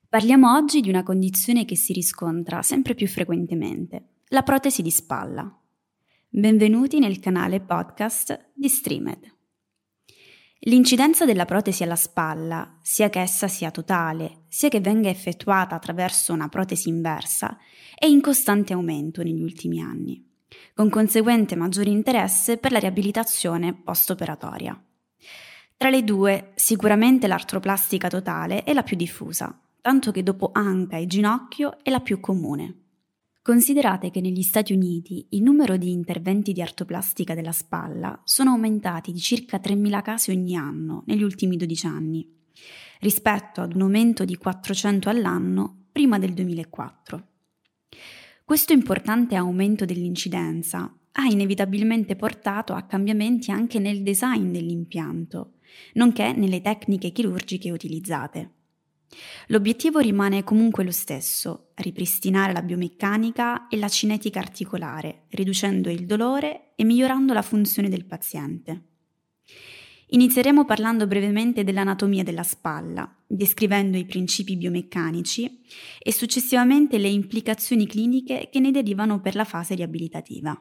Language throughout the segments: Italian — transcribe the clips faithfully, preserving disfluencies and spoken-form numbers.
Parliamo oggi di una condizione che si riscontra sempre più frequentemente, la protesi di spalla. Benvenuti nel canale podcast di Streamed. L'incidenza della protesi alla spalla, sia che essa sia totale, sia che venga effettuata attraverso una protesi inversa, è in costante aumento negli ultimi anni, con conseguente maggiore interesse per la riabilitazione post-operatoria. Tra le due, sicuramente l'artroplastica totale è la più diffusa, tanto che dopo anca e ginocchio è la più comune. Considerate che negli Stati Uniti il numero di interventi di artroplastica della spalla sono aumentati di circa tremila casi ogni anno negli ultimi dodici anni, rispetto ad un aumento di quattrocento all'anno prima del duemilaquattro. Questo importante aumento dell'incidenza ha inevitabilmente portato a cambiamenti anche nel design dell'impianto, nonché nelle tecniche chirurgiche utilizzate. L'obiettivo rimane comunque lo stesso, ripristinare la biomeccanica e la cinetica articolare, riducendo il dolore e migliorando la funzione del paziente. Inizieremo parlando brevemente dell'anatomia della spalla, descrivendo i principi biomeccanici e successivamente le implicazioni cliniche che ne derivano per la fase riabilitativa.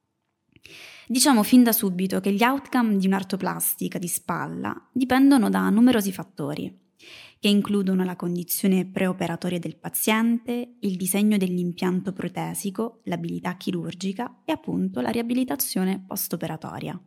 Diciamo fin da subito che gli outcome di un'artoplastica di spalla dipendono da numerosi fattori, che includono la condizione preoperatoria del paziente, il disegno dell'impianto protesico, l'abilità chirurgica e appunto la riabilitazione post-operatoria.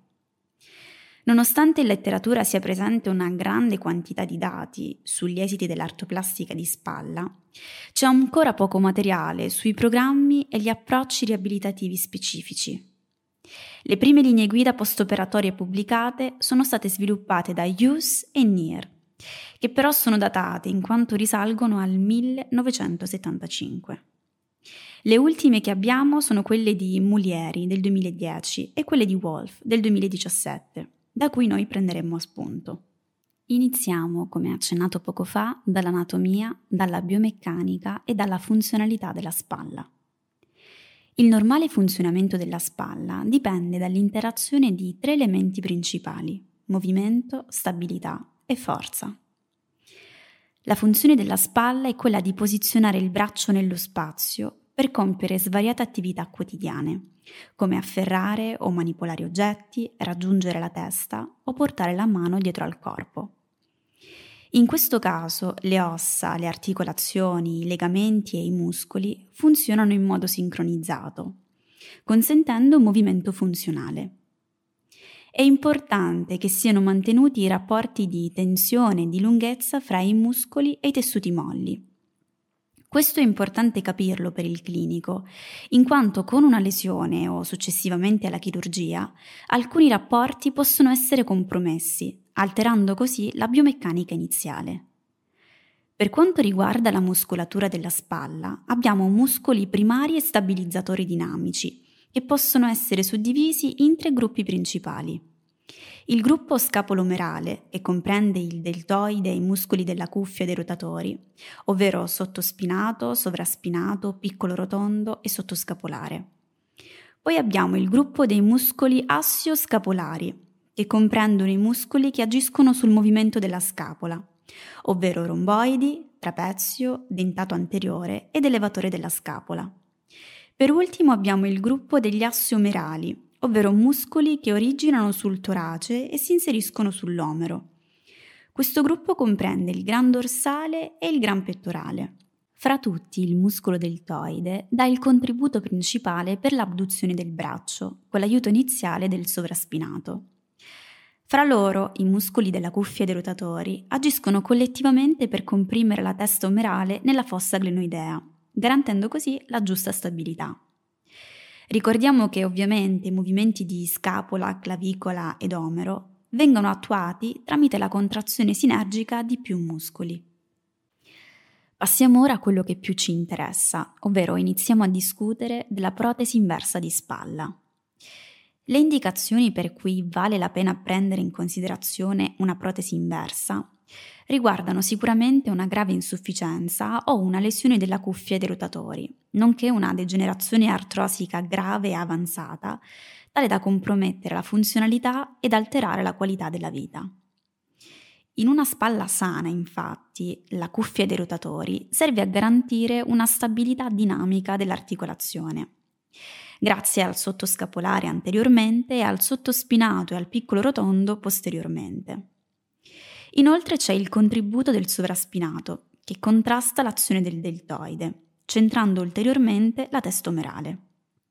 Nonostante in letteratura sia presente una grande quantità di dati sugli esiti dell'artoplastica di spalla, c'è ancora poco materiale sui programmi e gli approcci riabilitativi specifici. Le prime linee guida post-operatorie pubblicate sono state sviluppate da Hughes e Neer, che però sono datate in quanto risalgono al millenovecentosettantacinque. Le ultime che abbiamo sono quelle di Mulieri del duemiladieci e quelle di Wolf del duemiladiciassette, da cui noi prenderemo spunto. Iniziamo, come accennato poco fa, dall'anatomia, dalla biomeccanica e dalla funzionalità della spalla. Il normale funzionamento della spalla dipende dall'interazione di tre elementi principali: movimento, stabilità e forza. La funzione della spalla è quella di posizionare il braccio nello spazio per compiere svariate attività quotidiane, come afferrare o manipolare oggetti, raggiungere la testa o portare la mano dietro al corpo. In questo caso le ossa, le articolazioni, i legamenti e i muscoli funzionano in modo sincronizzato, consentendo un movimento funzionale. È importante che siano mantenuti i rapporti di tensione e di lunghezza fra i muscoli e i tessuti molli. Questo è importante capirlo per il clinico, in quanto con una lesione o successivamente alla chirurgia, alcuni rapporti possono essere compromessi, alterando così la biomeccanica iniziale. Per quanto riguarda la muscolatura della spalla, abbiamo muscoli primari e stabilizzatori dinamici, che possono essere suddivisi in tre gruppi principali. Il gruppo scapolomerale, che comprende il deltoide e i muscoli della cuffia dei rotatori, ovvero sottospinato, sovraspinato, piccolo rotondo e sottoscapolare. Poi abbiamo il gruppo dei muscoli assio-scapolari, che comprendono i muscoli che agiscono sul movimento della scapola, ovvero romboidi, trapezio, dentato anteriore ed elevatore della scapola. Per ultimo abbiamo il gruppo degli assiomerali, ovvero muscoli che originano sul torace e si inseriscono sull'omero. Questo gruppo comprende il gran dorsale e il gran pettorale. Fra tutti il muscolo deltoide dà il contributo principale per l'abduzione del braccio, con l'aiuto iniziale del sovraspinato. Fra loro, i muscoli della cuffia dei rotatori agiscono collettivamente per comprimere la testa omerale nella fossa glenoidea, garantendo così la giusta stabilità. Ricordiamo che ovviamente i movimenti di scapola, clavicola ed omero vengono attuati tramite la contrazione sinergica di più muscoli. Passiamo ora a quello che più ci interessa, ovvero iniziamo a discutere della protesi inversa di spalla. Le indicazioni per cui vale la pena prendere in considerazione una protesi inversa riguardano sicuramente una grave insufficienza o una lesione della cuffia dei rotatori, nonché una degenerazione artrosica grave e avanzata, tale da compromettere la funzionalità ed alterare la qualità della vita. In una spalla sana, infatti, la cuffia dei rotatori serve a garantire una stabilità dinamica dell'articolazione. Grazie al sottoscapolare anteriormente e al sottospinato e al piccolo rotondo posteriormente. Inoltre c'è il contributo del sovraspinato, che contrasta l'azione del deltoide, centrando ulteriormente la testa omerale.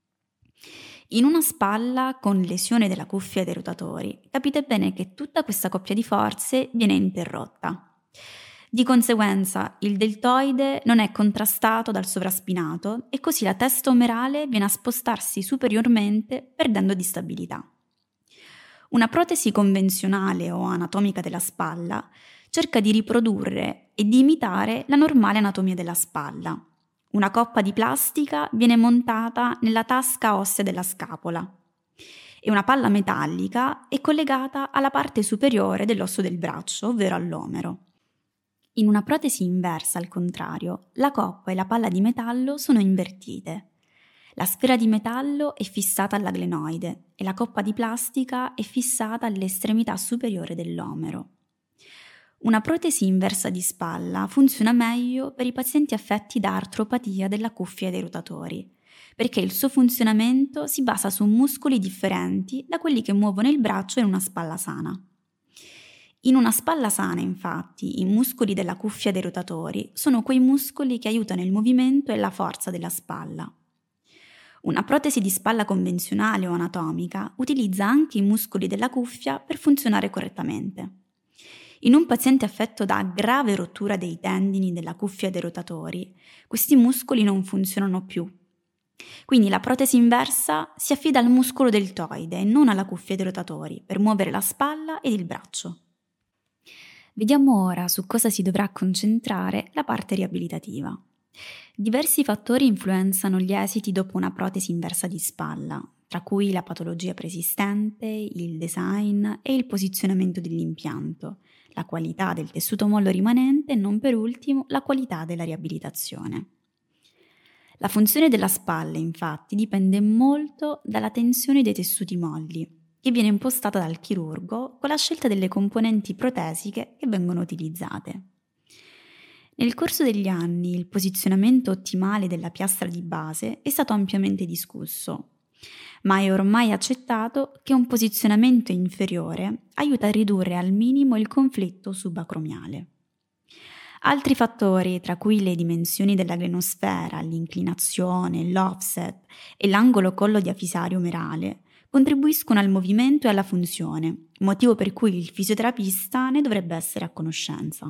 In una spalla con lesione della cuffia dei rotatori, capite bene che tutta questa coppia di forze viene interrotta. Di conseguenza, il deltoide non è contrastato dal sovraspinato e così la testa omerale viene a spostarsi superiormente perdendo di stabilità. Una protesi convenzionale o anatomica della spalla cerca di riprodurre e di imitare la normale anatomia della spalla. Una coppa di plastica viene montata nella tasca ossea della scapola e una palla metallica è collegata alla parte superiore dell'osso del braccio, ovvero all'omero. In una protesi inversa, al contrario, la coppa e la palla di metallo sono invertite. La sfera di metallo è fissata alla glenoide e la coppa di plastica è fissata all'estremità superiore dell'omero. Una protesi inversa di spalla funziona meglio per i pazienti affetti da artropatia della cuffia dei rotatori, perché il suo funzionamento si basa su muscoli differenti da quelli che muovono il braccio in una spalla sana. In una spalla sana, infatti, i muscoli della cuffia dei rotatori sono quei muscoli che aiutano il movimento e la forza della spalla. Una protesi di spalla convenzionale o anatomica utilizza anche i muscoli della cuffia per funzionare correttamente. In un paziente affetto da grave rottura dei tendini della cuffia dei rotatori, questi muscoli non funzionano più. Quindi la protesi inversa si affida al muscolo deltoide e non alla cuffia dei rotatori per muovere la spalla ed il braccio. Vediamo ora su cosa si dovrà concentrare la parte riabilitativa. Diversi fattori influenzano gli esiti dopo una protesi inversa di spalla, tra cui la patologia preesistente, il design e il posizionamento dell'impianto, la qualità del tessuto mollo rimanente e non per ultimo la qualità della riabilitazione. La funzione della spalla, infatti, dipende molto dalla tensione dei tessuti molli, che viene impostata dal chirurgo con la scelta delle componenti protesiche che vengono utilizzate. Nel corso degli anni il posizionamento ottimale della piastra di base è stato ampiamente discusso, ma è ormai accettato che un posizionamento inferiore aiuta a ridurre al minimo il conflitto subacromiale. Altri fattori, tra cui le dimensioni della glenosfera, l'inclinazione, l'offset e l'angolo collo diafisario omerale, contribuiscono al movimento e alla funzione, motivo per cui il fisioterapista ne dovrebbe essere a conoscenza.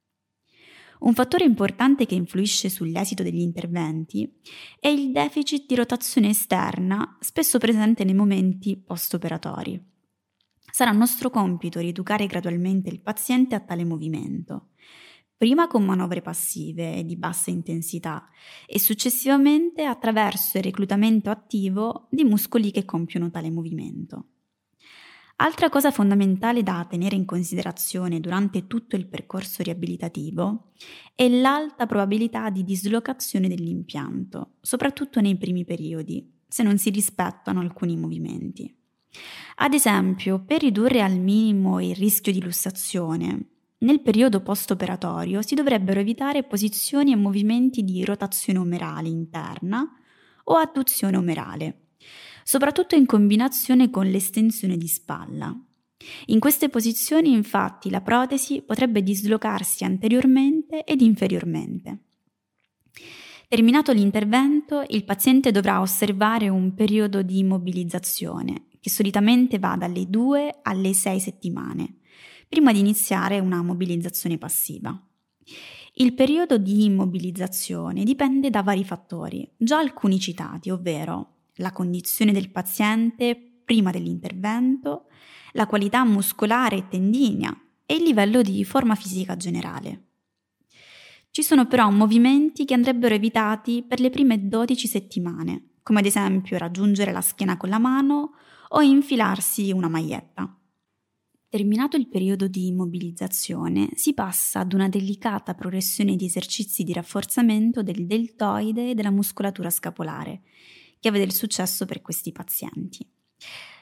Un fattore importante che influisce sull'esito degli interventi è il deficit di rotazione esterna, spesso presente nei momenti post-operatori. Sarà nostro compito rieducare gradualmente il paziente a tale movimento, prima con manovre passive e di bassa intensità e successivamente attraverso il reclutamento attivo di muscoli che compiono tale movimento. Altra cosa fondamentale da tenere in considerazione durante tutto il percorso riabilitativo è l'alta probabilità di dislocazione dell'impianto, soprattutto nei primi periodi, se non si rispettano alcuni movimenti. Ad esempio, per ridurre al minimo il rischio di lussazione, nel periodo post-operatorio si dovrebbero evitare posizioni e movimenti di rotazione omerale interna o adduzione omerale, soprattutto in combinazione con l'estensione di spalla. In queste posizioni, infatti, la protesi potrebbe dislocarsi anteriormente ed inferiormente. Terminato l'intervento, il paziente dovrà osservare un periodo di immobilizzazione, che solitamente va dalle due alle sei settimane, prima di iniziare una mobilizzazione passiva. Il periodo di immobilizzazione dipende da vari fattori, già alcuni citati, ovvero la condizione del paziente prima dell'intervento, la qualità muscolare e tendinea e il livello di forma fisica generale. Ci sono però movimenti che andrebbero evitati per le prime dodici settimane, come ad esempio raggiungere la schiena con la mano o infilarsi una maglietta. Terminato il periodo di immobilizzazione, si passa ad una delicata progressione di esercizi di rafforzamento del deltoide e della muscolatura scapolare, che ha del successo per questi pazienti.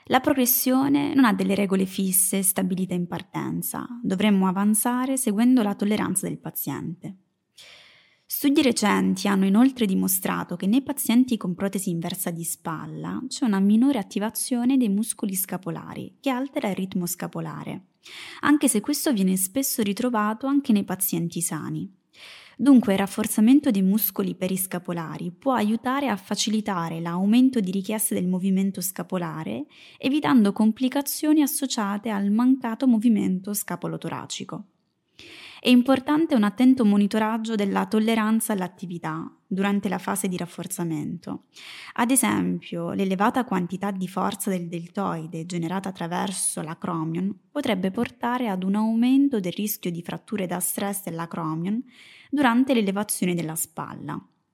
La progressione non ha delle regole fisse stabilite in partenza, dovremmo avanzare seguendo la tolleranza del paziente. Studi recenti hanno inoltre dimostrato che nei pazienti con protesi inversa di spalla c'è una minore attivazione dei muscoli scapolari che altera il ritmo scapolare, anche se questo viene spesso ritrovato anche nei pazienti sani. Dunque il rafforzamento dei muscoli periscapolari può aiutare a facilitare l'aumento di richieste del movimento scapolare, evitando complicazioni associate al mancato movimento scapolotoracico. È importante un attento monitoraggio della tolleranza all'attività durante la fase di rafforzamento. Ad esempio, l'elevata quantità di forza del deltoide generata attraverso l'acromion potrebbe portare ad un aumento del rischio di fratture da stress dell'acromion durante l'elevazione della spalla.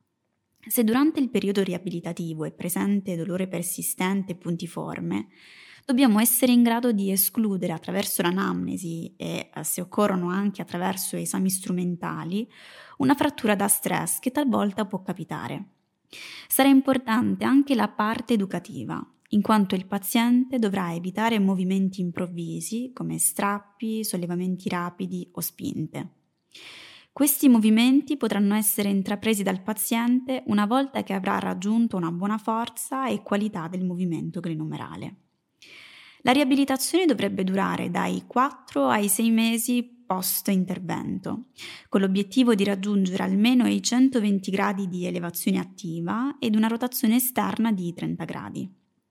Se durante il periodo riabilitativo è presente dolore persistente e puntiforme, dobbiamo essere in grado di escludere attraverso l'anamnesi e, se occorrono anche attraverso esami strumentali, una frattura da stress che talvolta può capitare. Sarà importante anche la parte educativa, in quanto il paziente dovrà evitare movimenti improvvisi come strappi, sollevamenti rapidi o spinte. Questi movimenti potranno essere intrapresi dal paziente una volta che avrà raggiunto una buona forza e qualità del movimento glenomerale. La riabilitazione dovrebbe durare dai quattro ai sei mesi post-intervento, con l'obiettivo di raggiungere almeno i centoventi gradi di elevazione attiva ed una rotazione esterna di trenta gradi.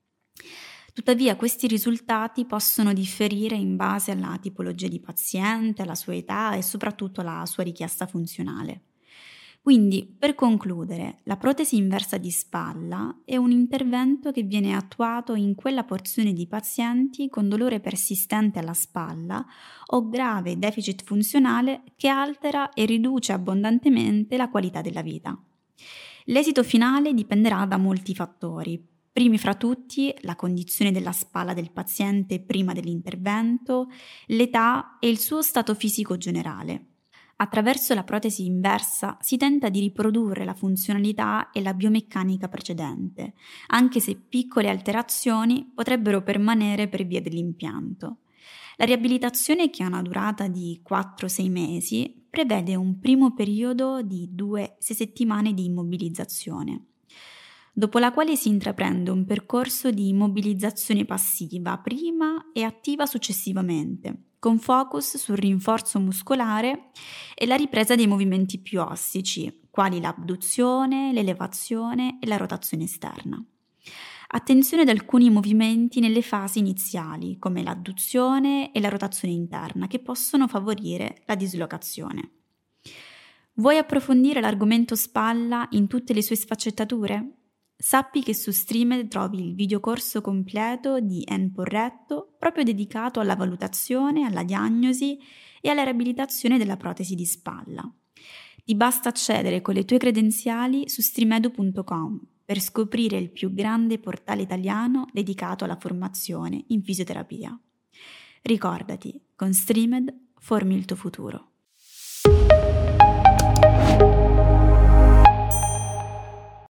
Tuttavia questi risultati possono differire in base alla tipologia di paziente, alla sua età e soprattutto alla sua richiesta funzionale. Quindi, per concludere, la protesi inversa di spalla è un intervento che viene attuato in quella porzione di pazienti con dolore persistente alla spalla o grave deficit funzionale che altera e riduce abbondantemente la qualità della vita. L'esito finale dipenderà da molti fattori. Primi fra tutti la condizione della spalla del paziente prima dell'intervento, l'età e il suo stato fisico generale. Attraverso la protesi inversa si tenta di riprodurre la funzionalità e la biomeccanica precedente, anche se piccole alterazioni potrebbero permanere per via dell'impianto. La riabilitazione, che ha una durata di quattro sei mesi, prevede un primo periodo di due sei settimane di immobilizzazione, dopo la quale si intraprende un percorso di immobilizzazione passiva prima e attiva successivamente, con focus sul rinforzo muscolare e la ripresa dei movimenti più ostici, quali l'abduzione, l'elevazione e la rotazione esterna. Attenzione ad alcuni movimenti nelle fasi iniziali, come l'adduzione e la rotazione interna, che possono favorire la dislocazione. Vuoi approfondire l'argomento spalla in tutte le sue sfaccettature? Sappi che su Streamed trovi il videocorso completo di N-Porretto proprio dedicato alla valutazione, alla diagnosi e alla riabilitazione della protesi di spalla. Ti basta accedere con le tue credenziali su streamedu punto com per scoprire il più grande portale italiano dedicato alla formazione in fisioterapia. Ricordati, con Streamed formi il tuo futuro.